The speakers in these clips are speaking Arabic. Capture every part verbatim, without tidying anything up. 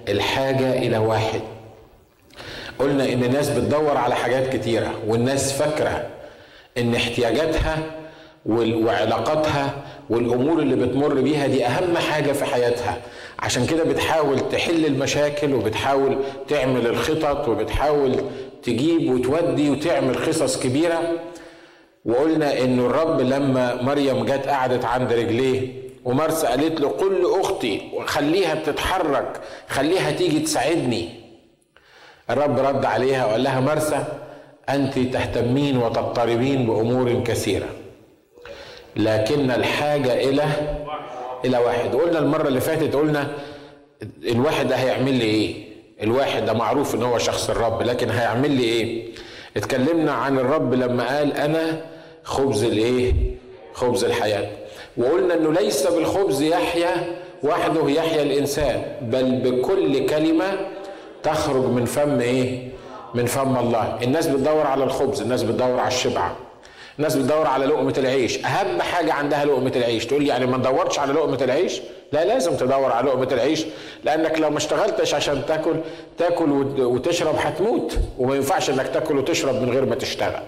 الحاجة إلى واحد. قلنا إن الناس بتدور على حاجات كتيرة، والناس فاكرة إن احتياجاتها وعلاقاتها والأمور اللي بتمر بيها دي أهم حاجة في حياتها، عشان كده بتحاول تحل المشاكل وبتحاول تعمل الخطط وبتحاول تجيب وتودي وتعمل قصص كبيرة. وقلنا إن الرب لما مريم جت قعدت عند رجليه ومرسى قالت له قل لأختي وخليها تتحرك، خليها تيجي تساعدني، الرب رد عليها وقال لها مرسى أنت تهتمين وتضطربين بأمور كثيرة لكن الحاجة إلى إلى واحد. قلنا المرة اللي فاتت قلنا الواحد ده هيعمل لي إيه؟ الواحد ده معروف إن هو شخص الرب، لكن هيعمل لي إيه؟ اتكلمنا عن الرب لما قال أنا خبز الإيه؟ خبز الحياة. وقلنا إنه ليس بالخبز يحيا وحده يحيا الإنسان، بل بكل كلمة تخرج من فم إيه؟ من فم الله. الناس بتدور على الخبز، الناس بتدور على الشبع، الناس بتدور على لقمة العيش، أهم حاجة عندها لقمة العيش. تقول لي يعني ما ندورش على لقمة العيش؟ لا، لازم تدور على لقمة العيش، لأنك لو ما اشتغلتش عشان تاكل تاكل وتشرب هتموت، وما ينفعش انك تاكل وتشرب من غير ما تشتغل.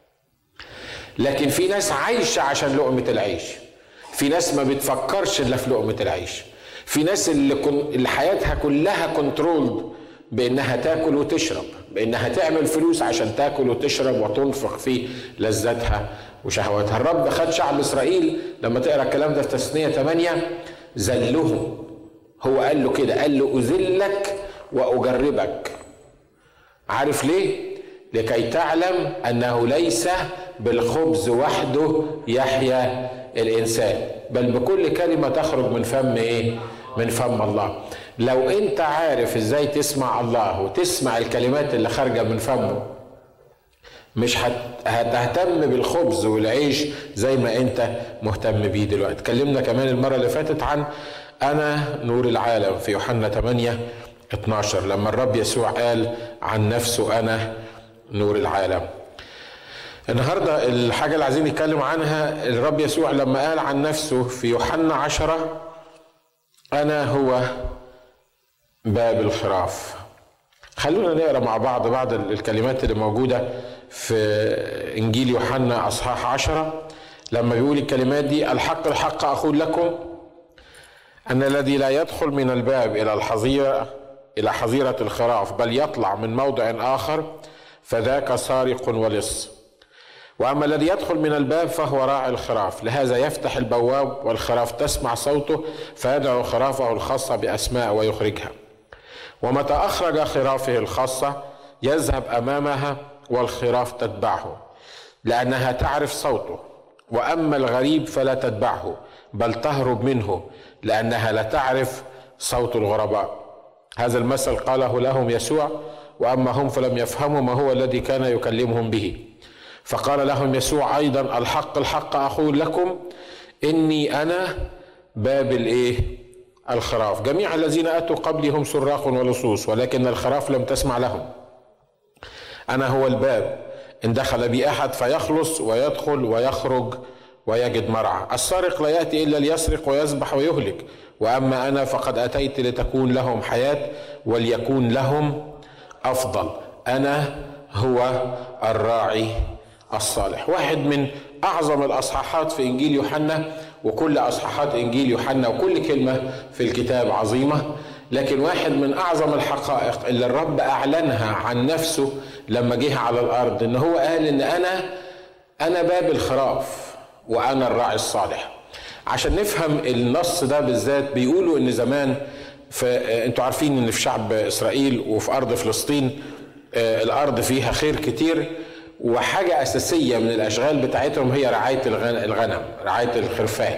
لكن في ناس عايشة عشان لقمة العيش، في ناس ما بتفكرش إلا في لقمة العيش، في ناس اللي, كن... اللي حياتها كلها كنترولد بأنها تاكل وتشرب، بأنها تعمل فلوس عشان تاكل وتشرب وتنفق في لذاتها وشهواتها. الرب خد شعب إسرائيل لما تقرأ الكلام ده في تثنية ثمانية ذلهم، هو قال له كده، قال له أذلك وأجربك. عارف ليه؟ لكي تعلم أنه ليس بالخبز وحده يحيا الإنسان بل بكل كلمة تخرج من فم إيه؟ من فم الله. لو أنت عارف إزاي تسمع الله وتسمع الكلمات اللي خارجة من فمه، مش هتهتم بالخبز والعيش زي ما أنت مهتم بيه دلوقتي. اتكلمنا كمان المرة اللي فاتت عن أنا نور العالم في يوحنا ثمانية اتناشر، لما الرب يسوع قال عن نفسه أنا نور العالم. النهاردة الحاجة اللي عايزين نتكلم عنها الرب يسوع لما قال عن نفسه في يوحنا عشرة أنا هو باب الخراف. خلونا نقرأ مع بعض بعض الكلمات اللي موجودة في إنجيل يوحنا أصحاح عشرة لما بيقول الكلمات دي: الحق الحق أقول لكم أن الذي لا يدخل من الباب إلى الحظيرة إلى حظيرة الخراف بل يطلع من موضع آخر فذاك سارق ولص، وأما الذي يدخل من الباب فهو راعي الخراف، لهذا يفتح البواب والخراف تسمع صوته فيدعو خرافه الخاصة بأسماء ويخرجها، ومتى أخرج خرافه الخاصة يذهب أمامها والخراف تتبعه لأنها تعرف صوته، وأما الغريب فلا تتبعه بل تهرب منه لأنها لا تعرف صوت الغرباء. هذا المثل قاله لهم يسوع، وأما هم فلم يفهموا ما هو الذي كان يكلمهم به. فقال لهم يسوع أيضا: الحق الحق أقول لكم إني أنا باب الإيه؟ الخراف. جميع الذين أتوا قبلي هم سراق ولصوص، ولكن الخراف لم تسمع لهم. أنا هو الباب، إن دخل بي أحد فيخلص ويدخل ويخرج ويجد مرعى. السارق لا يأتي إلا ليسرق ويذبح ويهلك، وأما أنا فقد أتيت لتكون لهم حياة وليكون لهم أفضل. أنا هو الراعي الصالح. واحد من أعظم الأصحاحات في إنجيل يوحنا، وكل أصحاحات إنجيل يوحنا وكل كلمة في الكتاب عظيمة، لكن واحد من أعظم الحقائق اللي الرب أعلنها عن نفسه لما جه على الأرض، إن هو قال إن أنا أنا باب الخراف وأنا الراعي الصالح. عشان نفهم النص ده بالذات، بيقولوا إن زمان في أنتوا عارفين إن في شعب إسرائيل وفي أرض فلسطين الأرض فيها خير كتير، وحاجة أساسية من الأشغال بتاعتهم هي رعاية الغنم، رعاية الخرفان.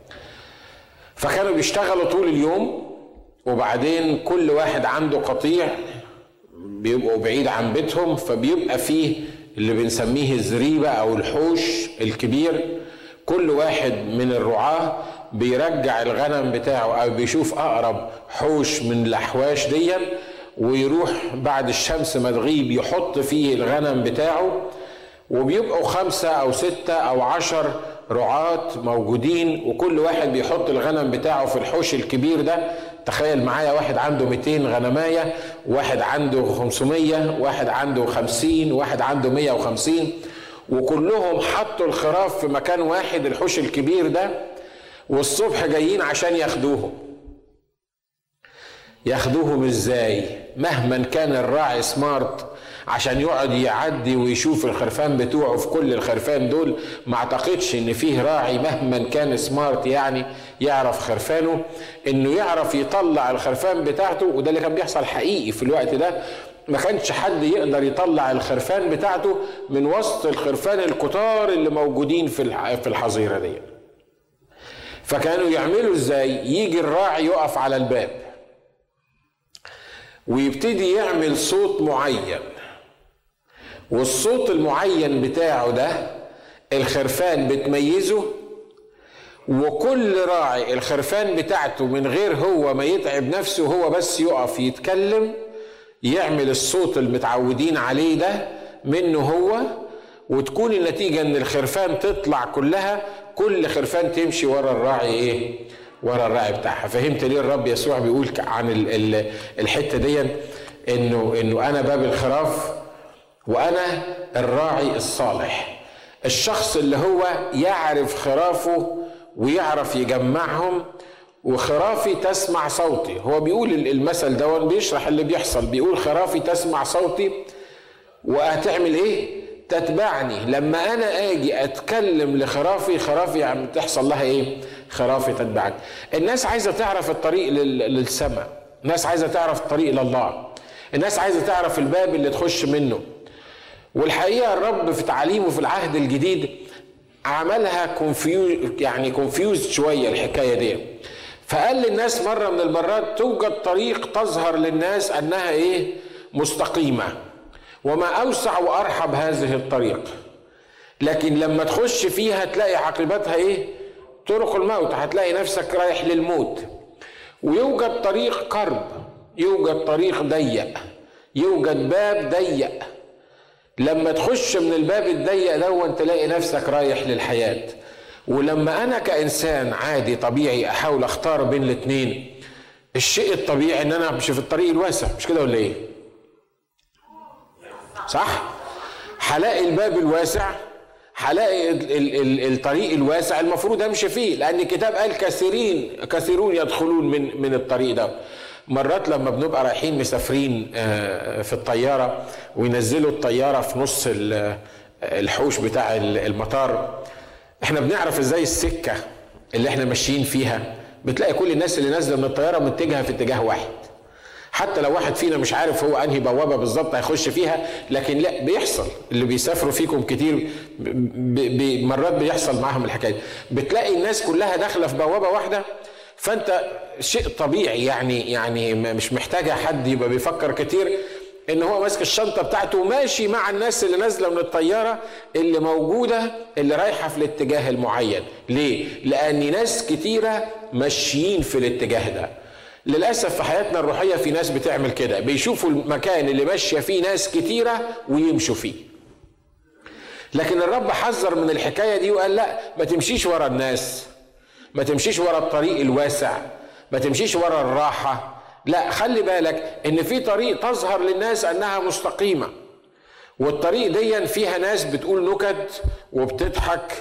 فكانوا بيشتغلوا طول اليوم، وبعدين كل واحد عنده قطيع بيبقوا بعيد عن بيتهم، فبيبقى فيه اللي بنسميه الزريبة أو الحوش الكبير. كل واحد من الرعاة بيرجع الغنم بتاعه أو بيشوف أقرب حوش من الأحواش دي، ويروح بعد الشمس ما تغيب يحط فيه الغنم بتاعه. وبيبقوا خمسة أو ستة أو عشر رعاة موجودين، وكل واحد بيحط الغنم بتاعه في الحوش الكبير ده تخيل معايا واحد عنده مئتين غنمايه، واحد عنده خمسمية، واحد عنده خمسين، واحد عنده مية وخمسين، وكلهم حطوا الخراف في مكان واحد الحوش الكبير ده، والصبح جايين عشان ياخدوهم. ياخدوهم ازاي؟ مهما كان الراعي سمارت عشان يقعد يعدي ويشوف الخرفان بتوعه في كل الخرفان دول، ما اعتقدش ان فيه راعي مهما كان سمارت يعني يعرف خرفانه انه يعرف يطلع الخرفان بتاعته. وده اللي كان بيحصل حقيقي في الوقت ده، ما كانش حد يقدر يطلع الخرفان بتاعته من وسط الخرفان الكتار اللي موجودين في في الحظيره دي. فكانوا يعملوا ازاي؟ يجي الراعي يقف على الباب ويبتدي يعمل صوت معين، والصوت المعين بتاعه ده الخرفان بتميزه، وكل راعي الخرفان بتاعته من غير هو ما يتعب نفسه، هو بس يقف يتكلم يعمل الصوت المتعودين عليه ده منه هو، وتكون النتيجة ان الخرفان تطلع كلها، كل خرفان تمشي ورا الراعي ايه؟ ورا الراعي بتاعها. فهمت ليه الرب يسوع بيقول عن الحتة دي انه انه انا باب الخراف وانا الراعي الصالح، الشخص اللي هو يعرف خرافه ويعرف يجمعهم. وخرافي تسمع صوتي، هو بيقول المثل ده بيشرح اللي بيحصل، بيقول خرافي تسمع صوتي وهتعمل ايه؟ تتبعني. لما انا اجي اتكلم لخرافي، خرافي عم تحصل لها ايه؟ خرافي تتبعني. الناس عايزه تعرف الطريق للسماء، الناس عايزه تعرف الطريق لله، الناس عايزه تعرف الباب اللي تخش منه. والحقيقه الرب في تعليمه في العهد الجديد عملها كونفيوز، يعني كونفيوز شويه الحكايه دي. فقال للناس مره من المرات توجد طريق تظهر للناس انها ايه؟ مستقيمه، وما اوسع وارحب هذه الطريق، لكن لما تخش فيها تلاقي عاقبتها ايه؟ طرق الموت، هتلاقي نفسك رايح للموت. ويوجد طريق قرب، يوجد طريق ضيق، يوجد باب ضيق، لما تخش من الباب الضيق ده تلاقي نفسك رايح للحياة. ولما انا كإنسان عادي طبيعي احاول اختار بين الاثنين، الشيء الطبيعي ان انا امشي في الطريق الواسع، مش كده ولا ايه؟ صح؟ هلاقي الباب الواسع، هلاقي الطريق الواسع المفروض امشي فيه، لان الكتاب قال كثيرين كثيرون يدخلون من من الطريق ده. مرات لما بنبقى رايحين مسافرين في الطياره وينزلوا الطياره في نص الحوش بتاع المطار، احنا بنعرف ازاي السكه اللي احنا ماشيين فيها. بتلاقي كل الناس اللي نازله من الطياره متجهه في اتجاه واحد، حتى لو واحد فينا مش عارف هو انهي بوابه بالظبط هيخش فيها، لكن لا بيحصل. اللي بيسافروا فيكم كتير مرات بيحصل معاهم الحكايه، بتلاقي الناس كلها داخله في بوابه واحده. فانت شيء طبيعي يعني يعني مش محتاجه حد يبقى بيفكر كتير ان هو ماسك الشنطه بتاعته وماشي مع الناس اللي نازله من الطياره اللي موجوده اللي رايحه في الاتجاه المعين. ليه؟ لان ناس كتيره ماشيين في الاتجاه ده. للاسف في حياتنا الروحيه في ناس بتعمل كده، بيشوفوا المكان اللي ماشيه فيه ناس كتيره ويمشوا فيه. لكن الرب حذر من الحكايه دي وقال لا، ما تمشيش ورا الناس، ما تمشيش ورا الطريق الواسع، ما تمشيش ورا الراحه. لا، خلي بالك ان في طريق تظهر للناس انها مستقيمه، والطريق دي فيها ناس بتقول نكت وبتضحك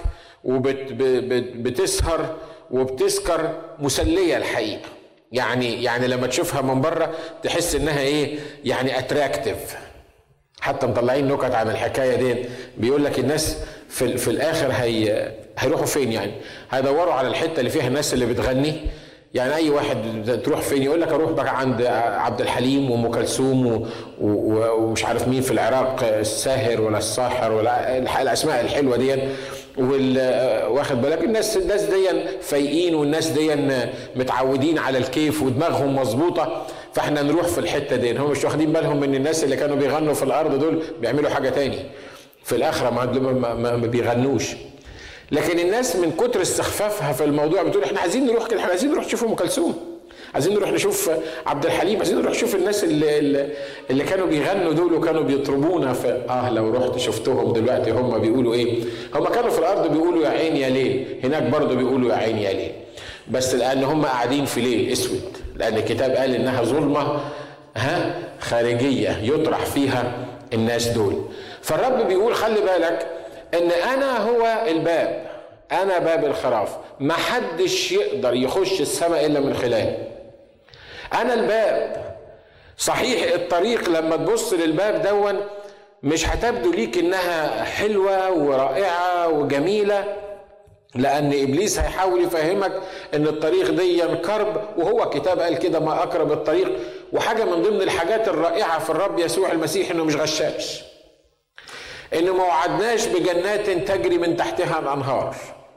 وبتسهر وبتسكر، مسليه الحقيقه. يعني يعني لما تشوفها من بره تحس انها ايه؟ يعني اتراكتيف. حتى مطلعين نكت عن الحكايه دي، بيقول لك الناس في في الاخر هي هيروحوا فين؟ يعني هيدوروا على الحته اللي فيها الناس اللي بتغني. يعني اي واحد تروح فين يقول لك اروح بقى عند عبد الحليم وام كلثوم ومش عارف مين في العراق، الساهر ولا الساحر ولا الاسماء الحلوه دي، واخد بالك الناس الناس دي فايقين، والناس دي متعودين على الكيف ودماغهم مظبوطه، فاحنا نروح في الحته دي. هم مش واخدين بالهم ان الناس اللي كانوا بيغنوا في الارض دول بيعملوا حاجه تاني في الاخره، ما, ما بيغنوش. لكن الناس من كتر استخفافها في الموضوع بتقول احنا عايزين نروح كده، احنا عايزين نروح نشوف ام كلثوم، عايزين نروح نشوف عبد الحليم، عايزين نروح نشوف الناس اللي اللي كانوا بيغنوا دول وكانوا بيطربونا. في اه لو رحت شفتهم دلوقتي هم بيقولوا ايه؟ هم كانوا في الارض بيقولوا يا عين يا ليل، هناك برضو بيقولوا يا عين يا ليل، بس لان هم قاعدين في ليل اسود، لأن الكتاب قال إنها ظلمة ها خارجية يطرح فيها الناس دول. فالرب بيقول خلي بالك إن أنا هو الباب، أنا باب الخراف، ما حدش يقدر يخش السماء إلا من خلالي. أنا الباب. صحيح الطريق لما تبص للباب دون مش هتبدو ليك إنها حلوة ورائعة وجميلة، لأن إبليس هيحاول يفهمك إن الطريق دي كرب، وهو كتاب قال كده ما أقرب الطريق. وحاجة من ضمن الحاجات الرائعة في الرب يسوع المسيح إنه مش غشاش، إنه ما وعدناش بجنات تجري من تحتها الأنهار،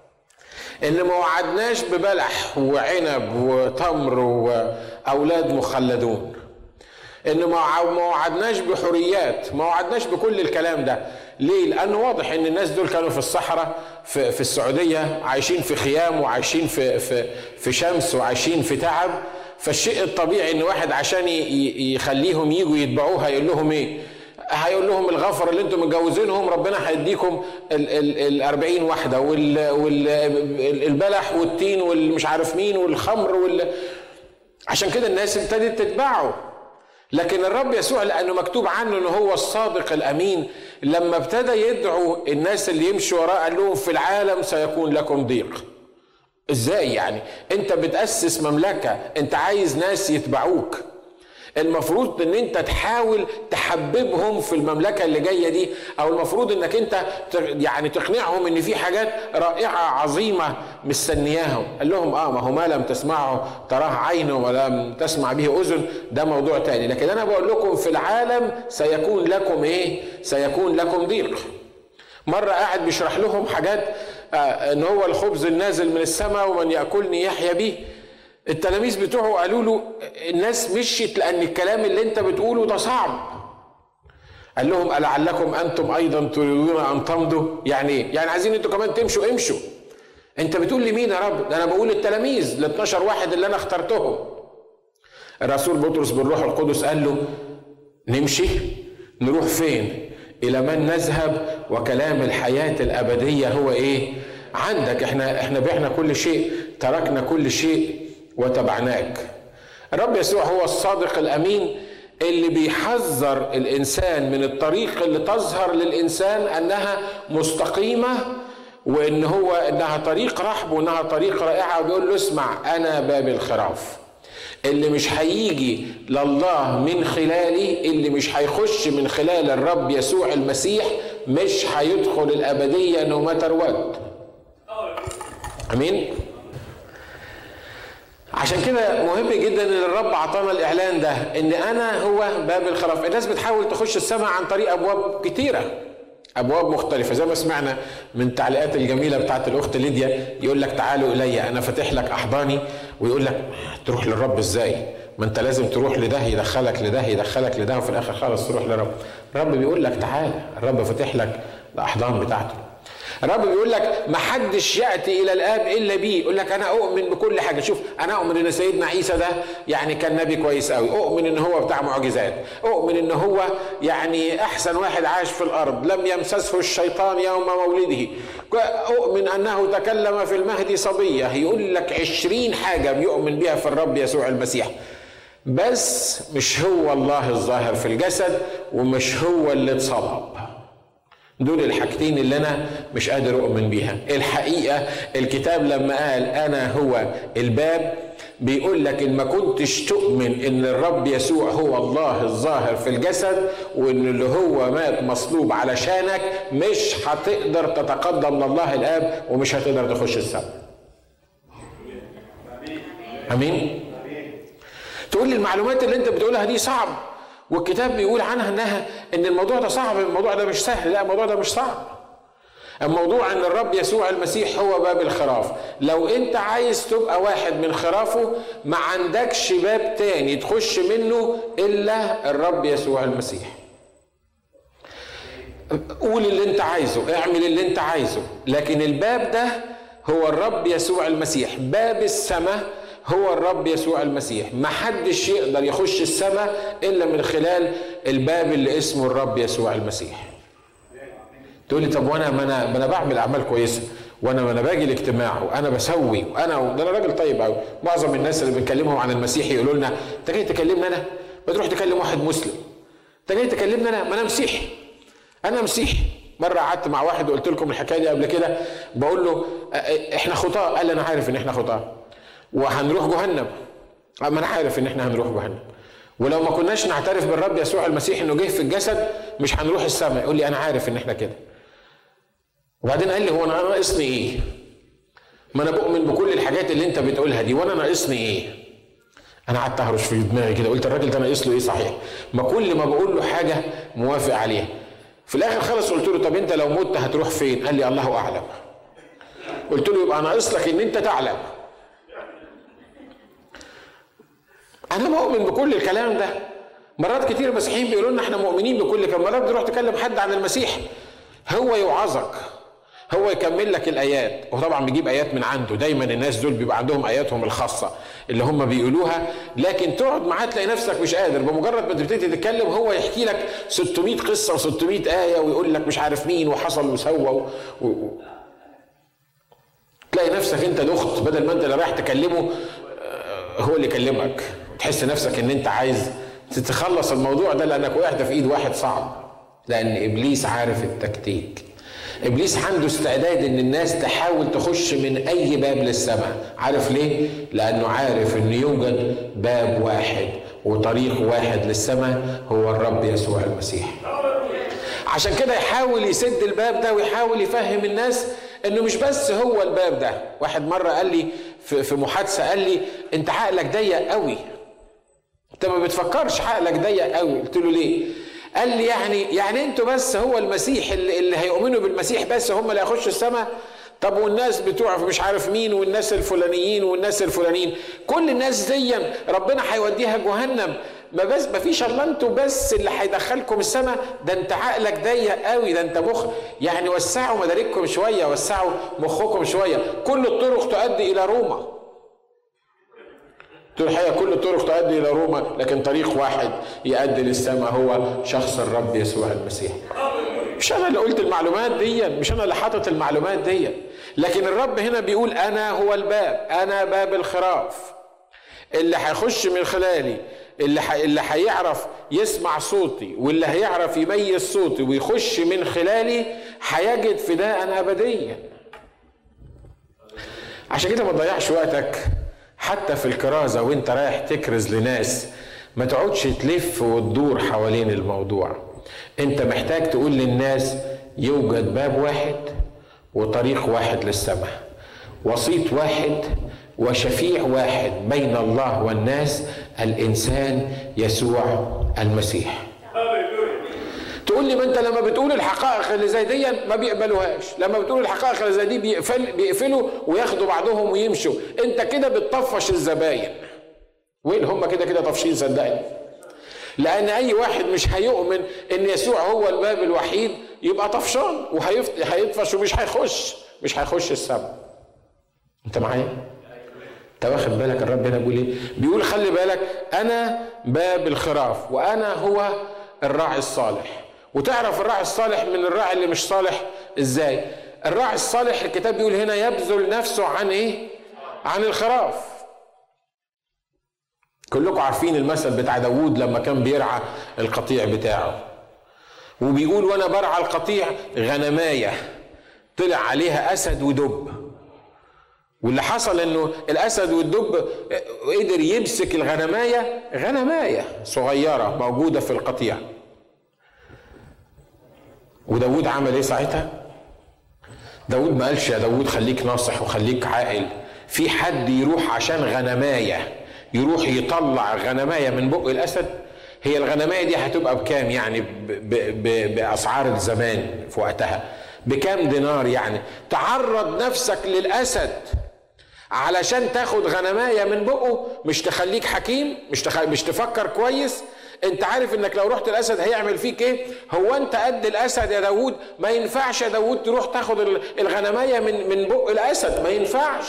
إن ما وعدناش ببلح وعنب وتمر وأولاد مخلدون، إن ما وعدناش بحريات، ما وعدناش بكل الكلام ده. ليه؟ لأنه واضح إن الناس دول كانوا في الصحراء في, في السعودية عايشين في خيام وعايشين في, في, في شمس وعايشين في تعب. فالشيء الطبيعي إن واحد عشان يخليهم يجوا يتبعوه هيقول لهم إيه؟ هيقول لهم الغفر اللي انتم متجوزينهم ربنا هيديكم الأربعين واحدة والبلح والتين والمش عارف مين والخمر وال... عشان كده الناس ابتدت تتبعه. لكن الرب يسوع لأنه مكتوب عنه أنه هو الصادق الأمين، لما ابتدى يدعو الناس اللي يمشوا وراه قال لهم في العالم سيكون لكم ضيق. ازاي يعني؟ انت بتأسس مملكة، انت عايز ناس يتبعوك، المفروض ان انت تحاول تحببهم في المملكة اللي جاية دي، او المفروض انك انت يعني تقنعهم ان في حاجات رائعة عظيمة مستنياهم. قال لهم اه ما هو ما لم تسمعه تراه عين ولم تسمع به اذن، ده موضوع تاني. لكن انا بقول لكم في العالم سيكون لكم ايه؟ سيكون لكم ضيق. مرة قاعد بيشرح لهم حاجات آه ان هو الخبز النازل من السماء ومن يأكلني يحيا به. التلاميذ بتوعه قالوا له الناس مشيت لأن الكلام اللي انت بتقوله ده صعب. قال لهم ألعلكم أنتم أيضا تريدون أن تمضوا؟ يعني ايه؟ يعني عايزين انتوا كمان تمشوا؟ امشوا. انت بتقول لي مين يا رب؟ ده انا بقول للتلاميذ ال اتناشر واحد اللي انا اخترتهم. الرسول بطرس بالروح القدس قال له نمشي؟ نروح فين؟ إلى من نذهب وكلام الحياة الأبدية هو إيه؟ عندك. احنا احنا بعنا كل شيء، تركنا كل شيء وتبعناك. الرب يسوع هو الصادق الأمين اللي بيحذر الإنسان من الطريق اللي تظهر للإنسان أنها مستقيمة وإن هو إنها طريق رحب وإنها طريق رائعة، وبيقول له اسمع أنا باب الخراف. اللي مش هيجي لله من خلالي، اللي مش هيخش من خلال الرب يسوع المسيح مش هيدخل الأبدية نو ماتر وات. أمين؟ عشان كده مهم جدا ان الرب عطانا الاعلان ده ان انا هو باب الخراف. الناس بتحاول تخش السماء عن طريق ابواب كتيره، ابواب مختلفه، زي ما سمعنا من التعليقات الجميله بتاعت الاخت ليديا، يقول لك تعالوا الي انا فاتح لك احضاني، ويقول لك تروح للرب ازاي؟ ما انت لازم تروح لده يدخلك لده يدخلك لده وفي الاخر خالص تروح للرب. الرب بيقول لك تعال، الرب فاتح لك الاحضان بتاعته. الرب بيقول لك ما حدش يأتي إلى الآب إلا بيه. يقول لك أنا أؤمن بكل حاجة. شوف أنا أؤمن إن سيدنا عيسى ده يعني كان نبي كويس قوي، أؤمن إن هو بتاع معجزات، أؤمن إن هو يعني أحسن واحد عاش في الأرض، لم يمسسه الشيطان يوم مولده، أؤمن أنه تكلم في المهد صبية. يقول لك عشرين حاجة بيؤمن بها في الرب يسوع المسيح، بس مش هو الله الظاهر في الجسد ومش هو اللي اتصلب. دول الحاجتين اللي أنا مش قادر أؤمن بيها. الحقيقة الكتاب لما قال أنا هو الباب بيقول لك إن ما كنتش تؤمن إن الرب يسوع هو الله الظاهر في الجسد وإن اللي هو مات مصلوب علشانك مش هتقدر تتقدم لله الآب ومش هتقدر تخش السماء. أمين؟ تقول لي المعلومات اللي أنت بتقولها دي صعب والكتاب بيقول عنها انها ان الموضوع ده صعب، الموضوع ده مش سهل. لا، الموضوع ده مش صعب. الموضوع ان الرب يسوع المسيح هو باب الخراف. لو انت عايز تبقى واحد من خرافه ما عندكش باب تاني تخش منه الا الرب يسوع المسيح. قول اللي انت عايزه، اعمل اللي انت عايزه، لكن الباب ده هو الرب يسوع المسيح. باب السماء هو الرب يسوع المسيح. ما حدش يقدر يخش السماء إلا من خلال الباب اللي اسمه الرب يسوع المسيح. تقول لي طب وانا ما انا, ما أنا بعمل اعمال كويسه وانا انا باجي الاجتماع وانا بسوي وانا ده انا راجل طيب قوي. معظم الناس اللي بنكلمهم عن المسيح يقولوا لنا انت جاي تكلمني انا؟ ما تروح تكلم واحد مسلم. انت جاي تكلمني انا؟ ما انا مسيحي. انا مسيحي. مره قعدت مع واحد وقلت لكم الحكايه دي قبل كده، بقول له احنا خطاه. قال لي انا عارف ان احنا خطاه وهنروح جهنم. ما انا عارف ان احنا هنروح جهنم، ولو ما كناش نعترف بالرب يسوع المسيح انه جه في الجسد مش هنروح السماء. يقول لي انا عارف ان احنا كده. وبعدين قال لي هو انا ناقصني ايه؟ ما انا بؤمن بكل الحاجات اللي انت بتقولها دي، وانا ناقصني ايه؟ انا قعدت اهرش في دماغي كده، قلت الراجل ده ناقص له ايه صحيح؟ ما كل ما بقول له حاجه موافق عليها. في الاخر خلص قلت له طب انت لو مت هتروح فين؟ قال لي الله اعلم. قلت له يبقى ناقص لك ان انت تعلم. انا مؤمن بكل الكلام ده. مرات كتير مسيحيين بيقولوا لنا احنا مؤمنين بكل كلام. مرات تروح تكلم حد عن المسيح هو يوعظك، هو يكمل لك الايات، وطبعا بيجيب ايات من عنده. دايما الناس دول بيبقى عندهم اياتهم الخاصه اللي هم بيقولوها، لكن تقعد معاه تلاقي نفسك مش قادر. بمجرد ما تبتدي تتكلم هو يحكي لك ستمائة قصه وستمائة ايه ويقول لك مش عارف مين وحصل وسوى و... و... تلاقي نفسك انت دخت، بدل ما انت اللي رايح تكلمه هو اللي يكلمك. تحس نفسك ان انت عايز تتخلص الموضوع ده لانك وقعت في ايد واحد صعب. لان ابليس عارف التكتيك. ابليس عنده استعداد ان الناس تحاول تخش من اي باب للسماء. عارف ليه؟ لانه عارف ان يوجد باب واحد وطريق واحد للسماء هو الرب يسوع المسيح. عشان كده يحاول يسد الباب ده ويحاول يفهم الناس انه مش بس هو الباب ده. واحد مرة قال لي في محادثة، قال لي انت عقلك ضيق قوي، انت ما بتفكرش، عقلك ضيق قوي. قلت له ليه؟ قال لي يعني يعني انتوا بس هو المسيح اللي, اللي هيؤمنوا بالمسيح بس هم اللي هيخشوا السماء؟ طب والناس بتوع مش عارف مين والناس الفلانيين والناس الفلانيين، كل الناس دي ربنا هيوديها جهنم. ما بس ما فيش الا انتوا بس اللي هيدخلكم السماء. ده انت عقلك ضيق قوي، ده انت مخ يعني وسعوا مدارككم شويه، وسعوا مخكم شويه. كل الطرق تؤدي الى روما. الحقيقة كل الطرق تؤدي إلى روما، لكن طريق واحد يؤدي للسماء هو شخص الرب يسوع المسيح. مش أنا اللي قلت المعلومات دي، مش أنا اللي حاطط المعلومات دي، لكن الرب هنا بيقول أنا هو الباب، أنا باب الخراف. اللي هيخش من خلالي، اللي ح... اللي هيعرف يسمع صوتي واللي هيعرف يميز صوتي ويخش من خلالي هيجد فداء أبديا. عشان كده ما تضيعش وقتك حتى في الكرازة وانت رايح تكرز لناس. ما تقعدش تلف وتدور حوالين الموضوع. انت محتاج تقول للناس يوجد باب واحد وطريق واحد للسماء، وسيط واحد وشفيع واحد بين الله والناس، الإنسان يسوع المسيح. تقول لي ما انت لما بتقول الحقائق اللي زي دي ما بيقبلوهاش. لما بتقول الحقائق اللي زي دي بيقفل بيقفلوا وياخدوا بعضهم ويمشوا. انت كده بتطفش الزباين. وين هم كده كده طفشين صدقني. لان اي واحد مش هيؤمن ان يسوع هو الباب الوحيد يبقى طفشان وهيطفش ومش هيخش مش هيخش السماء. انت معايا؟ انت واخد بالك الرب هنا بيقول ايه؟ بيقول خلي بالك انا باب الخراف وانا هو الراعي الصالح. وتعرف الراعي الصالح من الراعي اللي مش صالح ازاي؟ الراعي الصالح الكتاب بيقول هنا يبذل نفسه عن ايه؟ عن الخراف. كلكم عارفين المثل بتاع داوود لما كان بيرعى القطيع بتاعه، وبيقول وانا برعى القطيع غنمايه طلع عليها اسد ودب. واللي حصل انه الاسد والدب قدر يمسك الغنمايه، غنمايه صغيره موجوده في القطيع. وداود عمل ايه ساعتها؟ داود ما قالش يا داود خليك ناصح وخليك عاقل. في حد يروح عشان غنمايه يروح يطلع غنمايه من بق الاسد؟ هي الغنمايه دي هتبقى بكام يعني باسعار الزمان في وقتها؟ بكام دينار يعني؟ تعرض نفسك للاسد علشان تاخد غنمايه من بقه؟ مش تخليك حكيم؟ مش تخ... مش تفكر كويس؟ انت عارف انك لو رحت الاسد هيعمل فيك ايه؟ هو انت قد الاسد يا داوود؟ ما ينفعش يا داوود تروح تاخد الغنمايه من من بق الاسد، ما ينفعش.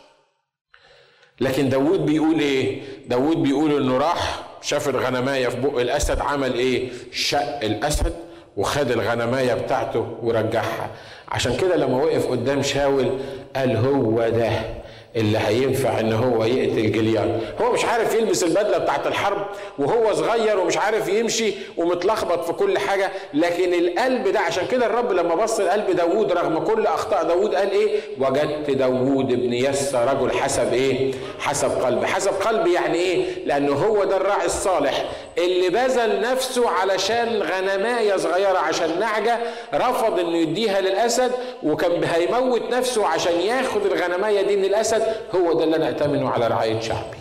لكن داوود بيقول ايه؟ داوود بيقول انه راح شاف الغنمايه في بق الاسد، عمل ايه؟ شق الاسد وخد الغنمايه بتاعته ورجعها. عشان كده لما وقف قدام شاول قال هو ده اللي هينفع ان هو يقتل جلياد. هو مش عارف يلبس البدله بتاعت الحرب وهو صغير ومش عارف يمشي ومتلخبط في كل حاجه، لكن القلب ده. عشان كده الرب لما بص لقلب داوود رغم كل اخطاء داوود قال ايه؟ وجدت داوود ابن يسى رجل حسب ايه؟ حسب قلبي. حسب قلبي يعني ايه؟ لانه هو ده الراعي الصالح اللي بذل نفسه علشان غنمايه صغيره، عشان نعجه رفض انه يديها للاسد وكان هيموت نفسه عشان ياخد الغنمايه دي من الاسد. هو ده اللي انا اتمنه على رعايه شعبي.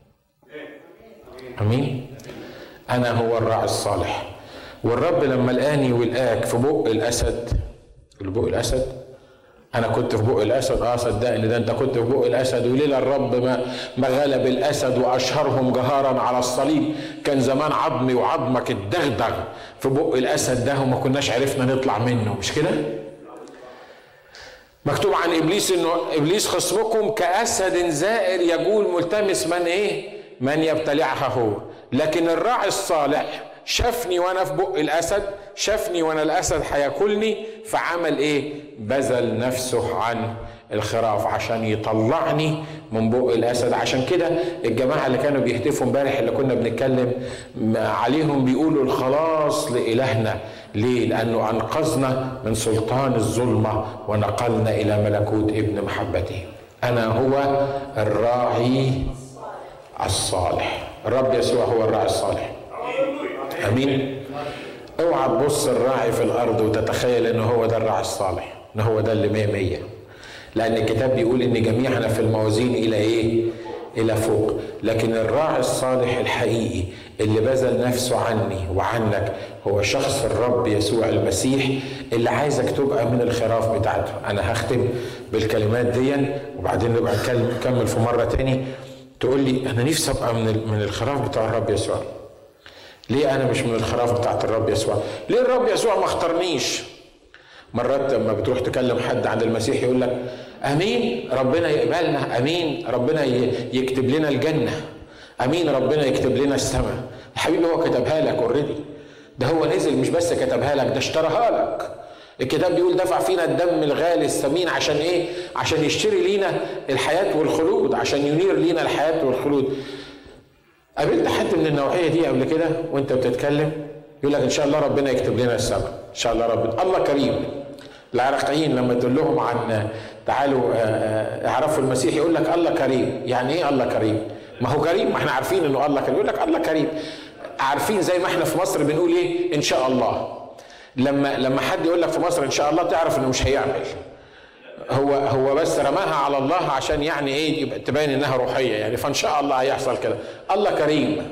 امين. انا هو الراعي الصالح. والرب لما لقاني ولقاك في بق الاسد، في بق الاسد، انا كنت في بق الاسد. اه صدقني ده انت كنت في بق الاسد، وليله الرب ما ما غلب الاسد واشهرهم جهارا على الصليب، كان زمان عظمي وعظمك اتدغدغ في بق الاسد ده وما كناش عرفنا نطلع منه، مش كده؟ مكتوب عن ابليس انه ابليس خصمكم كاسد زائر يجول ملتمس من ايه؟ من يبتلعها هو. لكن الراعي الصالح شافني وانا في بق الاسد، شافني وانا الاسد هياكلني، فعمل ايه؟ بذل نفسه عن الخراف عشان يطلعني من بق الاسد. عشان كده الجماعه اللي كانوا بيهتفوا امبارح اللي كنا بنتكلم عليهم بيقولوا الخلاص لالهنا. ليه؟ لانه انقذنا من سلطان الظلمه ونقلنا الى ملكوت ابن محبته. انا هو الراعي الصالح. الرب يسوع هو الراعي الصالح. امين. اوعى تبص الراعي في الارض وتتخيل انه هو ده الراعي الصالح، ان هو ده اللي مية مية، لان الكتاب بيقول ان جميعنا في الموازين الى ايه؟ الى فوق. لكن الراعي الصالح الحقيقي اللي بذل نفسه عني وعنك هو شخص الرب يسوع المسيح اللي عايزك تبقى من الخراف بتاعته. انا هختم بالكلمات دي وبعدين نبقى نكمل في مره تاني. تقول لي انا نفسي ابقى من من الخراف بتاع الرب يسوع. ليه انا مش من الخراف بتاعت الرب يسوع؟ ليه الرب يسوع ما اختارنيش؟ مرات لما بتروح تكلم حد عن المسيح يقول لك امين ربنا يقبلنا، امين ربنا يكتب لنا الجنه، امين ربنا يكتب لنا السماء. الحبيب هو كتبها لك اوريدي، ده هو نزل مش بس كتبها لك، ده اشتراها لك. الكتاب بيقول دفع فينا الدم الغالي الثمين عشان ايه؟ عشان يشتري لينا الحياه والخلود، عشان ينير لينا الحياه والخلود. قابلت حد من النوعيه دي قبل كده وانت بتتكلم يقول لك ان شاء الله ربنا يكتب لنا السماء، ان شاء الله ربنا. الله كريم. العراقيين لما تقول لهم عن تعالوا اعرفوا المسيح يقول لك الله كريم. يعني ايه الله كريم؟ ما هو كريم، ما احنا عارفين انه الله كريم. يقول لك الله كريم. عارفين زي ما احنا في مصر بنقول ايه؟ ان شاء الله. لما لما حد يقول لك في مصر ان شاء الله تعرف انه مش هيعمل. هو هو بس رماها على الله عشان يعني ايه؟ يبقى تبين انها روحيه يعني، فان شاء الله هيحصل كده. الله كريم.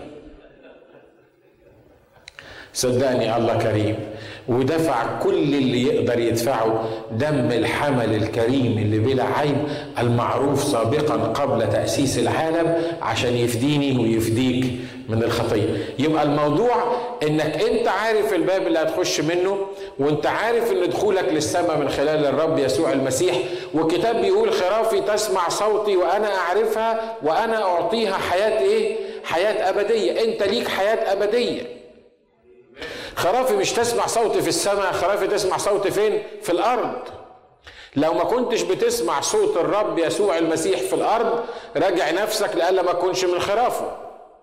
صدقني الله كريم، ودفع كل اللي يقدر يدفعه، دم الحمل الكريم اللي بلا عيب المعروف سابقا قبل تأسيس العالم عشان يفديني ويفديك من الخطية. يبقى الموضوع انك انت عارف الباب اللي هتخش منه، وانت عارف ان دخولك للسماء من خلال الرب يسوع المسيح. والكتاب بيقول خرافي تسمع صوتي وانا اعرفها وانا اعطيها حياة ايه؟ حياة ابدية. انت ليك حياة ابدية. خرافي مش تسمع صوتي في السماء، خرافي تسمع صوتي فين؟ في الارض. لو ما كنتش بتسمع صوت الرب يسوع المسيح في الارض راجع نفسك لألا ما تكونش من خرافه.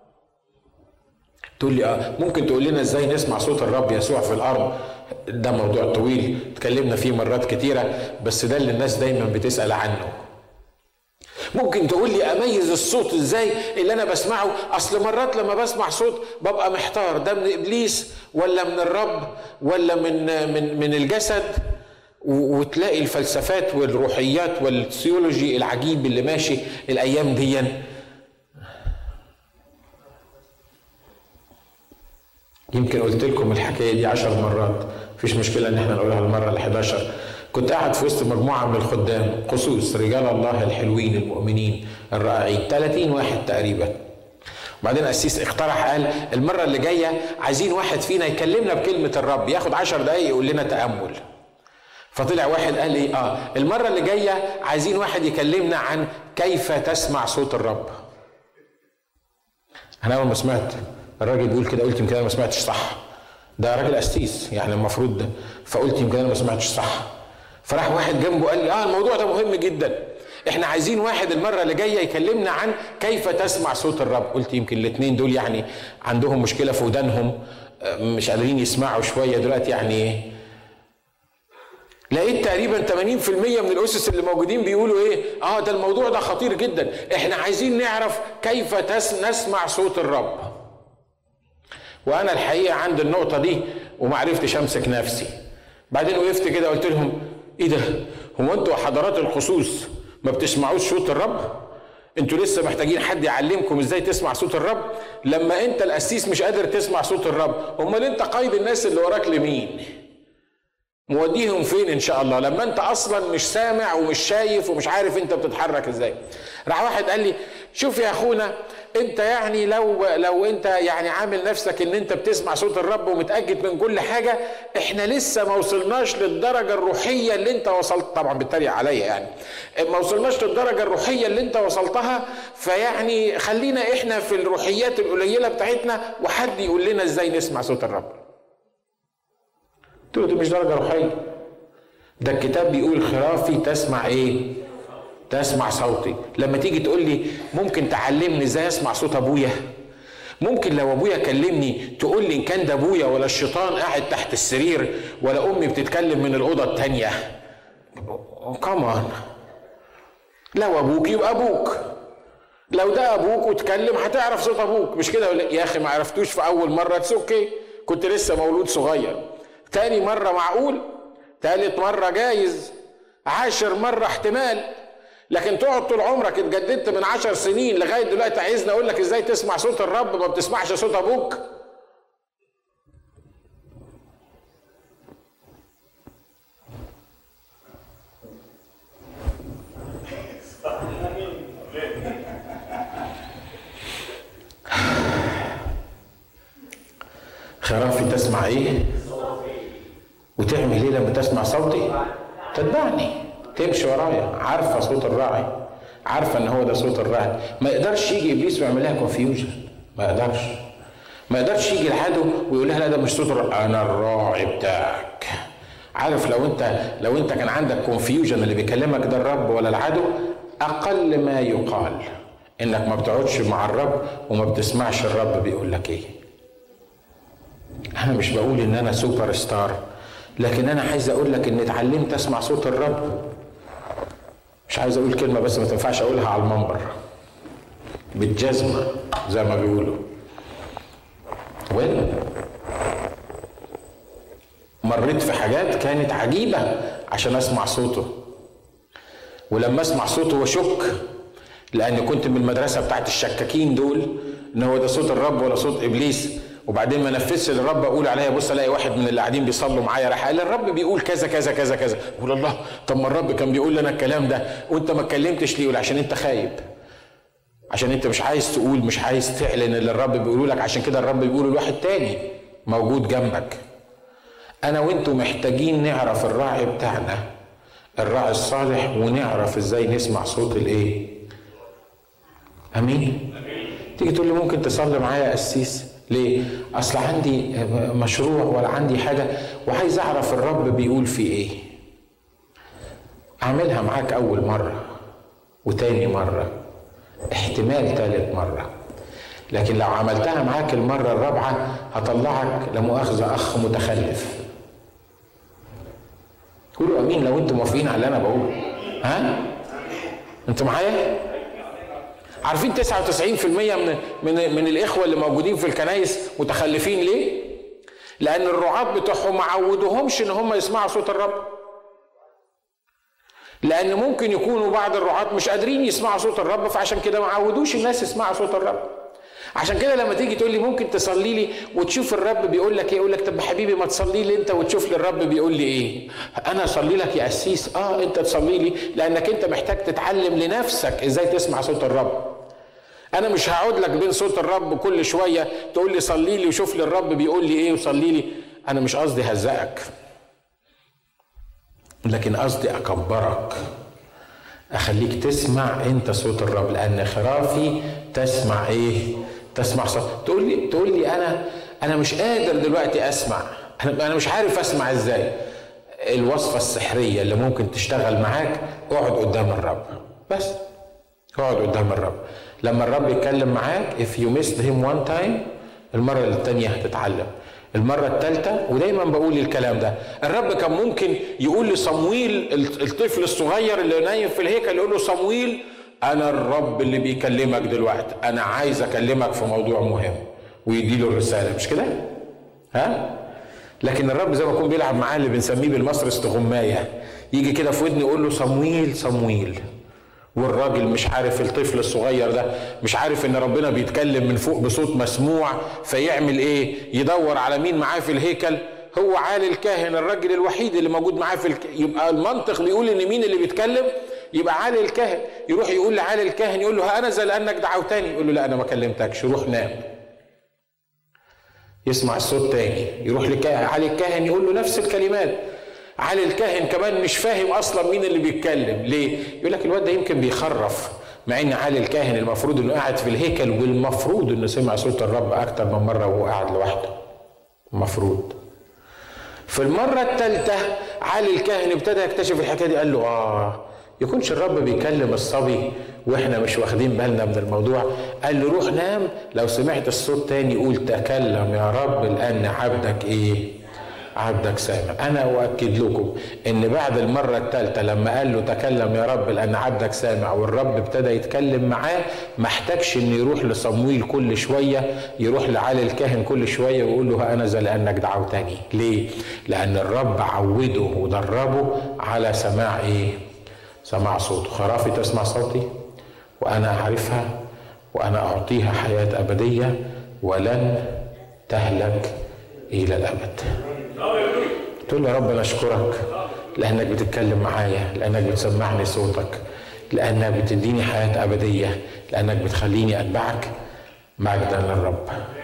تقول لي اه ممكن تقول لنا ازاي نسمع صوت الرب يسوع في الارض؟ ده موضوع طويل اتكلمنا فيه مرات كتيرة، بس ده اللي الناس دايما بتسأل عنه. ممكن تقول لي اميز الصوت ازاي اللي انا بسمعه؟ اصل مرات لما بسمع صوت ببقى محتار، ده من ابليس ولا من الرب ولا من من من الجسد؟ وتلاقي الفلسفات والروحيات والثيولوجي العجيب اللي ماشي الايام دي. يمكن قلت لكم الحكايه دي عشر مرات، مفيش مشكله ان احنا نقولها المره الحداشر. كنت قاعد في وسط مجموعه من الخدام خصوص رجال الله الحلوين المؤمنين الرائعين، ثلاثين واحد تقريبا. وبعدين قسيس اقترح قال المره اللي جايه عايزين واحد فينا يكلمنا بكلمه الرب، ياخد عشر دقايق يقول لنا تامل. فطلع واحد قال لي اه المره اللي جايه عايزين واحد يكلمنا عن كيف تسمع صوت الرب. انا اول ما سمعت الراجل بيقول كده قلت يمكن انا ما سمعتش صح، ده راجل قسيس يعني المفروض ده. فقلت يمكن انا ما سمعتش صح. فراح واحد جنبه قال لي اه الموضوع ده مهم جدا، احنا عايزين واحد المره اللي جايه يكلمنا عن كيف تسمع صوت الرب. قلت يمكن الاثنين دول يعني عندهم مشكله في ودانهم، مش قادرين يسمعوا شويه دلوقتي يعني. لقيت تقريبا ثمانين في المية من الاسس اللي موجودين بيقولوا ايه؟ اه ده الموضوع ده خطير جدا، احنا عايزين نعرف كيف نسمع صوت الرب. وانا الحقيقه عند النقطه دي وما عرفتش امسك نفسي. بعدين وقفت كده قلت لهم ايه ده؟ هو انتوا حضرات الخصوص ما بتسمعوش صوت الرب؟ انتوا لسه محتاجين حد يعلمكم ازاي تسمع صوت الرب؟ لما انت القسيس مش قادر تسمع صوت الرب، امال انت قايد الناس اللي وراك لمين؟ موديهم فين ان شاء الله لما انت اصلا مش سامع ومش شايف ومش عارف انت بتتحرك ازاي؟ راح واحد قال لي شوف يا اخونا، انت يعني لو لو انت يعني عامل نفسك ان انت بتسمع صوت الرب ومتاكد من كل حاجه، احنا لسه ما وصلناش للدرجه الروحيه اللي انت وصلت. طبعا بيتريق عليا يعني، ما وصلناش للدرجه الروحيه اللي انت وصلتها، فيعني خلينا احنا في الروحيات القليله بتاعتنا وحد يقول لنا ازاي نسمع صوت الرب. قلت له دي مش درجه روحيه، ده الكتاب بيقول خرافي تسمع ايه؟ تسمع صوتي. لما تيجي تقول لي ممكن تعلمني ازاي اسمع صوت ابويا؟ ممكن لو ابويا كلمني تقول لي ان كان ده ابويا ولا الشيطان قاعد تحت السرير ولا امي بتتكلم من الاوضه الثانيه؟ كمان لو ابوك يبقى ابوك، لو ده ابوك وتكلم هتعرف صوت ابوك، مش كده؟ يا اخي ما عرفتوش في اول مره اتس اوكي، كنت لسه مولود صغير. تاني مره معقول، تالت مره جايز، عاشر مره احتمال، لكن تقعد طول عمرك اتجددت من عشر سنين لغايه دلوقتي عايزني اقول لك ازاي تسمع صوت الرب ما بتسمعش صوت ابوك؟ خرافي تسمع ايه؟ وتعمل ايه لما تسمع صوتي؟ تتبعني، تمشي ورايا، عارفه صوت الراعي، عارفه ان هو ده صوت الراعي. ما يقدرش يجي ابليس ويعمل لها كونفيوجن، ما يقدرش ما يقدرش يجي العدو ويقول لها لا ده مش صوت الراعي، انا الراعي بتاعك. عارف لو انت لو انت كان عندك كونفيوجن اللي بيكلمك ده الرب ولا العدو، اقل ما يقال انك ما بتقعدش مع الرب وما بتسمعش الرب بيقول لك ايه. انا مش بقول ان انا سوبر ستار، لكن انا عايز اقول لك ان اتعلمت اسمع صوت الرب. مش عايز اقول كلمه بس ما تنفعش اقولها على المنبر بالجزمه زي ما بيقولوا. وين مريت في حاجات كانت عجيبه عشان اسمع صوته، ولما اسمع صوته واشك، لان كنت من المدرسه بتاعت الشكاكين دول ان هو ده صوت الرب ولا صوت ابليس، وبعدين ما نفذش اللي الرب اقول عليها. بص الاقي واحد من اللي قاعدين بيصلوا معايا راح قال الرب بيقول كذا كذا كذا كذا، اقول الله طب ما الرب كان بيقول لنا الكلام ده وانت ما اتكلمتش ليه؟ يقول عشان انت خايب، عشان انت مش عايز تقول، مش عايز تعلن اللي الرب بيقوله لك، عشان كده الرب بيقوله لواحد تاني موجود جنبك. انا وانتوا محتاجين نعرف الراعي بتاعنا، الراعي الصالح، ونعرف ازاي نسمع صوت الايه. امين. تيجي تقول لي ممكن تصلي معايا يا قسيس؟ ليه؟ اصل عندي مشروع ولا عندي حاجه وعايز اعرف الرب بيقول في ايه. اعملها معاك اول مره وتاني مره، احتمال تالت مره، لكن لو عملتها معاك المره الرابعه هطلعك لا مؤاخذه اخ متخلف. قولوا امين لو انتم موافقين على اللي انا بقوله. ها؟ انتوا معايا؟ عارفين تسعة وتسعين في المية من من من الاخوه اللي موجودين في الكنايس متخلفين ليه؟ لان الرعاة بتوعهم ما عودوهمش ان هم يسمعوا صوت الرب. لان ممكن يكونوا بعض الرعاة مش قادرين يسمعوا صوت الرب، فعشان كده ما عودوش الناس يسمعوا صوت الرب. عشان كده لما تيجي تقول لي ممكن تصلي لي وتشوف الرب بيقول لك ايه، اقول لك طب حبيبي ما تصلي لي انت وتشوف لي الرب بيقول لي ايه. انا اصلي لك يا قسيس؟ اه انت تصلي لي لانك انت محتاج تتعلم لنفسك ازاي تسمع صوت الرب. انا مش هقعد لك بين صوت الرب كل شويه تقول لي صلي لي وشوف لي الرب بيقول لي ايه وصلي لي. انا مش قصدي هزقك، لكن قصدي اكبرك، اخليك تسمع انت صوت الرب. لان خرافي تسمع ايه؟ تسمع صوت. تقول لي تقول لي انا انا مش قادر دلوقتي اسمع، انا مش عارف اسمع ازاي. الوصفة السحرية اللي ممكن تشتغل معاك، اقعد قدام الرب بس، اقعد قدام الرب. لما الرب يتكلم معاك if you missed him one time، المرة التانية هتتعلم، المرة الثالثة. ودايما بقول الكلام ده، الرب كان ممكن يقول لصمويل الطفل الصغير اللي نايم في الهيكل، يقول له صمويل انا الرب اللي بيكلمك دلوقتي، انا عايز اكلمك في موضوع مهم، ويديله الرسالة، مش كده؟ ها؟ لكن الرب زي ما يكون بيلعب معاه اللي بنسميه بالمصري استغماية، يجي كده في ودني يقول له صمويل صمويل، والراجل مش عارف، الطفل الصغير ده مش عارف ان ربنا بيتكلم من فوق بصوت مسموع، فيعمل ايه؟ يدور على مين معاه في الهيكل؟ هو عالي الكاهن، الراجل الوحيد اللي موجود معاه في الك... يبقى المنطق بيقول ان مين اللي بيتكلم؟ يبقى عالي الكاهن. يروح يقول لعالي الكاهن، يقول له ها انا زي لانك دعوتني، يقول له لا انا ما كلمتكش، روح نام. يسمع الصوت تاني، يروح لعالي الكاهن يقول له نفس الكلمات. علي الكاهن كمان مش فاهم اصلا مين اللي بيتكلم، ليه؟ يقول لك الواد ده يمكن بيخرف، مع ان علي الكاهن المفروض انه قاعد في الهيكل، والمفروض انه سمع صوت الرب اكتر من مره وهو قاعد لوحده، المفروض. في المره الثالثه علي الكاهن ابتدى يكتشف الحكايه دي، قال له اه يكونش الرب بيكلم الصبي واحنا مش واخدين بالنا من الموضوع. قال له روح نام، لو سمعت الصوت تاني قول تكلم يا رب لان عبدك ايه؟ عبدك سامع. انا اؤكد لكم ان بعد المره الثالثه لما قال له تكلم يا رب لان عبدك سامع، والرب ابتدى يتكلم معاه، ما احتاجش ان يروح لصمويل كل شويه، يروح لعلي الكاهن كل شويه ويقول له ها انا ذا لانك دعوتني. ليه؟ لان الرب عوده ودربه على سماع ايه؟ سماع صوته. خرافي تسمع صوتي وانا اعرفها وانا اعطيها حياه ابديه ولن تهلك الى الابد. تقول له يا رب انا اشكرك لانك بتتكلم معايا، لانك بتسمعني صوتك، لانك بتديني حياه ابديه، لانك بتخليني اتبعك. مجدا للرب.